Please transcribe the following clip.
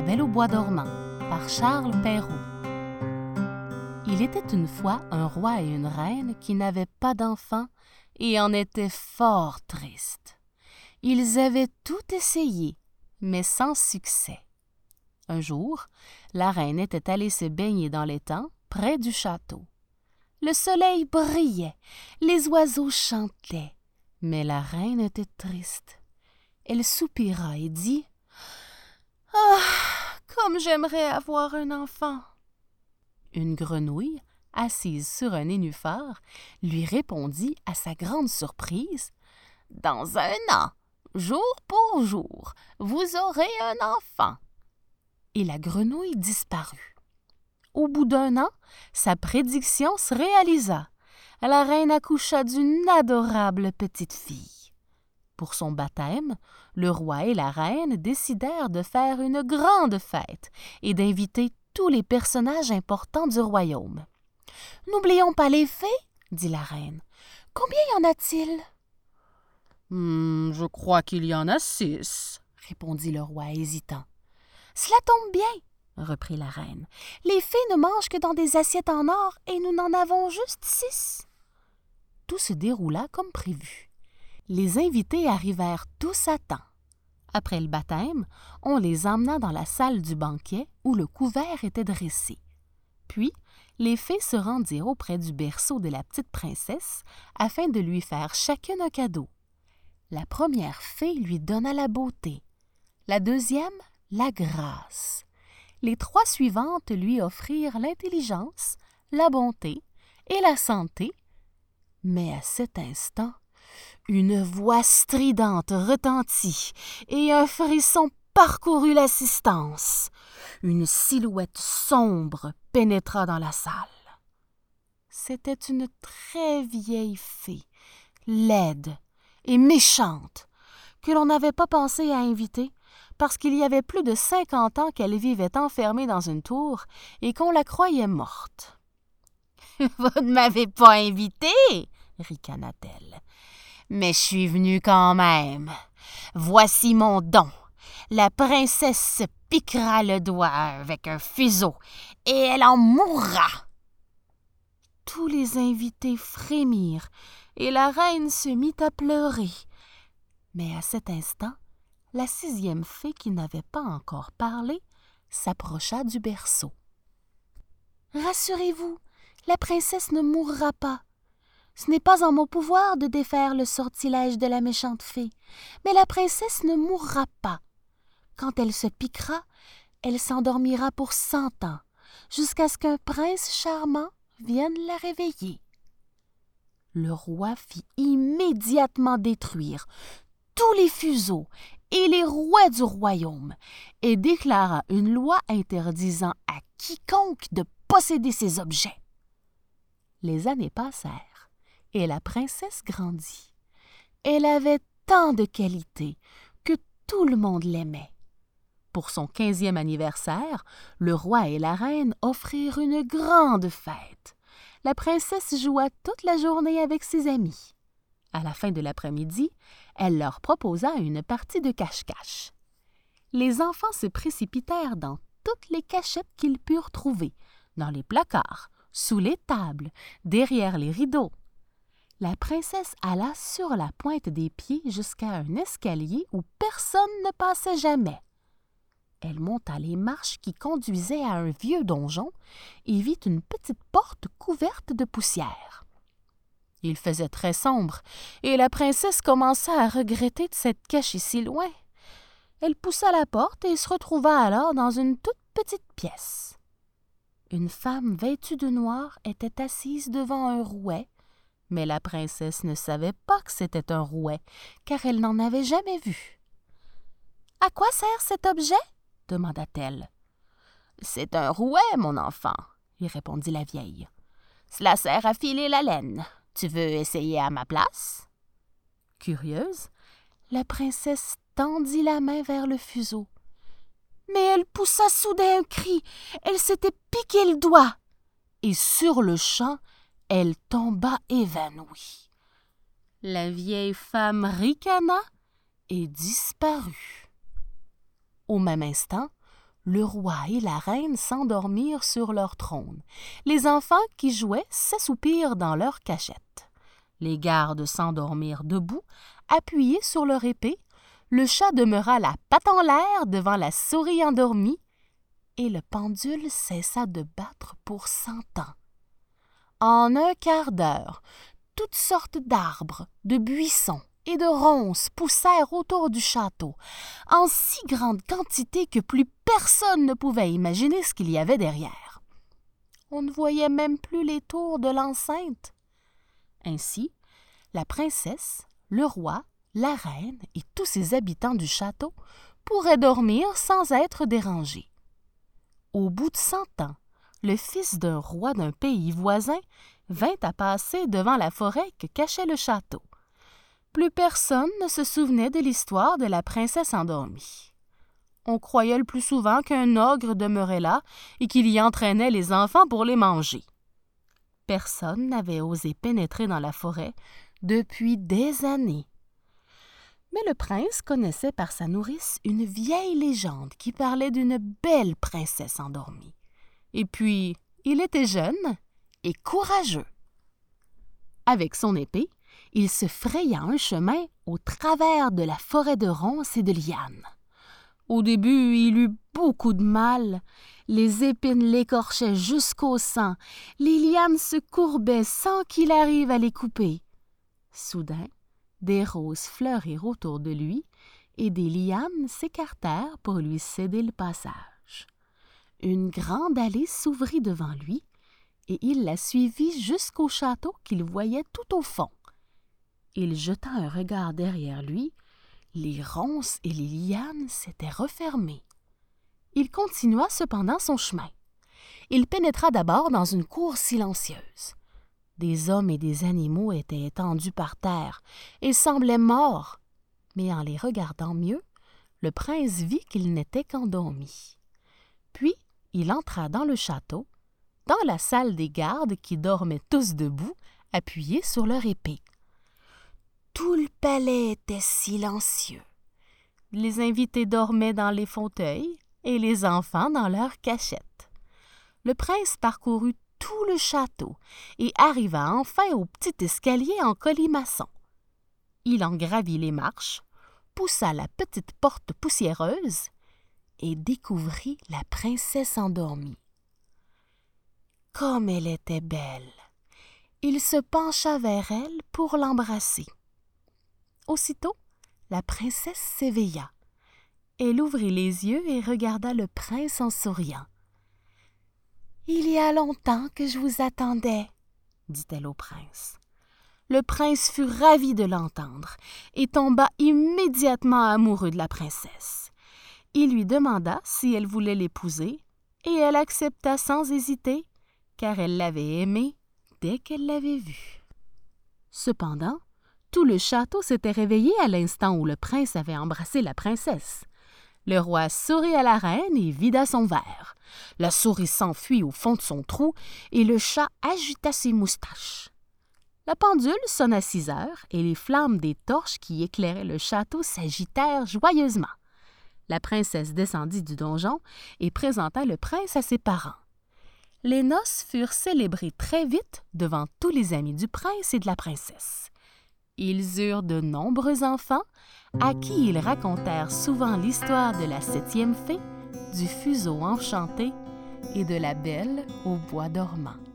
Belle au bois dormant par Charles Perrault. Il était une fois un roi et une reine qui n'avaient pas d'enfants et en étaient fort tristes. Ils avaient tout essayé, mais sans succès. Un jour, la reine était allée se baigner dans l'étang près du château. Le soleil brillait, les oiseaux chantaient, mais la reine était triste. Elle soupira et dit « Ah, comme j'aimerais avoir un enfant !» Une grenouille, assise sur un nénuphar, lui répondit à sa grande surprise « Dans 1 an, jour pour jour, vous aurez un enfant !» Et la grenouille disparut. Au bout d'1 an, sa prédiction se réalisa. La reine accoucha d'une adorable petite fille. Pour son baptême, le roi et la reine décidèrent de faire une grande fête et d'inviter tous les personnages importants du royaume. « N'oublions pas les fées, » dit la reine. « Combien y en a-t-il? »« Je crois qu'il y en a 6, » répondit le roi hésitant. « Cela tombe bien, » reprit la reine. « Les fées ne mangent que dans des assiettes en or et nous n'en avons juste 6. » Tout se déroula comme prévu. Les invités arrivèrent tous à temps. Après le baptême, on les emmena dans la salle du banquet où le couvert était dressé. Puis, les fées se rendirent auprès du berceau de la petite princesse afin de lui faire chacune un cadeau. La première fée lui donna la beauté, la deuxième, la grâce. Les 3 suivantes lui offrirent l'intelligence, la bonté et la santé. Mais à cet instant, une voix stridente retentit et un frisson parcourut l'assistance. Une silhouette sombre pénétra dans la salle. C'était une très vieille fée, laide et méchante, que l'on n'avait pas pensé à inviter parce qu'il y avait plus de 50 ans qu'elle vivait enfermée dans une tour et qu'on la croyait morte. « Vous ne m'avez pas invitée, » ricana-t-elle. « Mais je suis venue quand même. Voici mon don. La princesse se piquera le doigt avec un fuseau et elle en mourra. » Tous les invités frémirent et la reine se mit à pleurer. Mais à cet instant, la 6e fée, qui n'avait pas encore parlé, s'approcha du berceau. « Rassurez-vous, la princesse ne mourra pas. Ce n'est pas en mon pouvoir de défaire le sortilège de la méchante fée, mais la princesse ne mourra pas. Quand elle se piquera, elle s'endormira pour 100 ans, jusqu'à ce qu'un prince charmant vienne la réveiller. » Le roi fit immédiatement détruire tous les fuseaux et les rouets du royaume et déclara une loi interdisant à quiconque de posséder ces objets. Les années passèrent et la princesse grandit. Elle avait tant de qualités que tout le monde l'aimait. Pour son 15e anniversaire, le roi et la reine offrirent une grande fête. La princesse joua toute la journée avec ses amis. À la fin de l'après-midi, elle leur proposa une partie de cache-cache. Les enfants se précipitèrent dans toutes les cachettes qu'ils purent trouver, dans les placards, sous les tables, derrière les rideaux. La princesse alla sur la pointe des pieds jusqu'à un escalier où personne ne passait jamais. Elle monta les marches qui conduisaient à un vieux donjon et vit une petite porte couverte de poussière. Il faisait très sombre et la princesse commença à regretter de s'être cachée si loin. Elle poussa la porte et se retrouva alors dans une toute petite pièce. Une femme vêtue de noir était assise devant un rouet, mais la princesse ne savait pas que c'était un rouet, car elle n'en avait jamais vu. « À quoi sert cet objet? » demanda-t-elle. « C'est un rouet, mon enfant, » lui répondit la vieille. « Cela sert à filer la laine. Tu veux essayer à ma place? » Curieuse, la princesse tendit la main vers le fuseau. Mais elle poussa soudain un cri. Elle s'était piqué le doigt. Et sur le champ, elle tomba évanouie. La vieille femme ricana et disparut. Au même instant, le roi et la reine s'endormirent sur leur trône. Les enfants qui jouaient s'assoupirent dans leur cachette. Les gardes s'endormirent debout, appuyés sur leur épée. Le chat demeura la patte en l'air devant la souris endormie, et le pendule cessa de battre pour 100 ans. En un quart d'heure, toutes sortes d'arbres, de buissons et de ronces poussèrent autour du château, en si grande quantité que plus personne ne pouvait imaginer ce qu'il y avait derrière. On ne voyait même plus les tours de l'enceinte. Ainsi, la princesse, le roi, la reine et tous ces habitants du château pourraient dormir sans être dérangés. Au bout de 100 ans, le fils d'un roi d'un pays voisin vint à passer devant la forêt que cachait le château. Plus personne ne se souvenait de l'histoire de la princesse endormie. On croyait le plus souvent qu'un ogre demeurait là et qu'il y entraînait les enfants pour les manger. Personne n'avait osé pénétrer dans la forêt depuis des années. Mais le prince connaissait par sa nourrice une vieille légende qui parlait d'une belle princesse endormie. Et puis, il était jeune et courageux. Avec son épée, il se fraya un chemin au travers de la forêt de ronces et de lianes. Au début, il eut beaucoup de mal. Les épines l'écorchaient jusqu'au sang. Les lianes se courbaient sans qu'il arrive à les couper. Soudain, des roses fleurirent autour de lui et des lianes s'écartèrent pour lui céder le passage. Une grande allée s'ouvrit devant lui et il la suivit jusqu'au château qu'il voyait tout au fond. Il jeta un regard derrière lui. Les ronces et les lianes s'étaient refermées. Il continua cependant son chemin. Il pénétra d'abord dans une cour silencieuse. Des hommes et des animaux étaient étendus par terre et semblaient morts, mais en les regardant mieux, le prince vit qu'ils n'étaient qu'endormis. Puis il entra dans le château, dans la salle des gardes qui dormaient tous debout, appuyés sur leur épée. Tout le palais était silencieux. Les invités dormaient dans les fauteuils et les enfants dans leurs cachettes. Le prince parcourut tout le château et arriva enfin au petit escalier en colimaçon. Il en gravit les marches, poussa la petite porte poussiéreuse et découvrit la princesse endormie. Comme elle était belle! Il se pencha vers elle pour l'embrasser. Aussitôt, la princesse s'éveilla. Elle ouvrit les yeux et regarda le prince en souriant. « Il y a longtemps que je vous attendais, » dit-elle au prince. Le prince fut ravi de l'entendre et tomba immédiatement amoureux de la princesse. Il lui demanda si elle voulait l'épouser et elle accepta sans hésiter, car elle l'avait aimé dès qu'elle l'avait vu. Cependant, tout le château s'était réveillé à l'instant où le prince avait embrassé la princesse. Le roi sourit à la reine et vida son verre. La souris s'enfuit au fond de son trou et le chat agita ses moustaches. La pendule sonna 6 heures et les flammes des torches qui éclairaient le château s'agitèrent joyeusement. La princesse descendit du donjon et présenta le prince à ses parents. Les noces furent célébrées très vite devant tous les amis du prince et de la princesse. Ils eurent de nombreux enfants à qui ils racontèrent souvent l'histoire de la 7e fée, du fuseau enchanté et de la belle au bois dormant.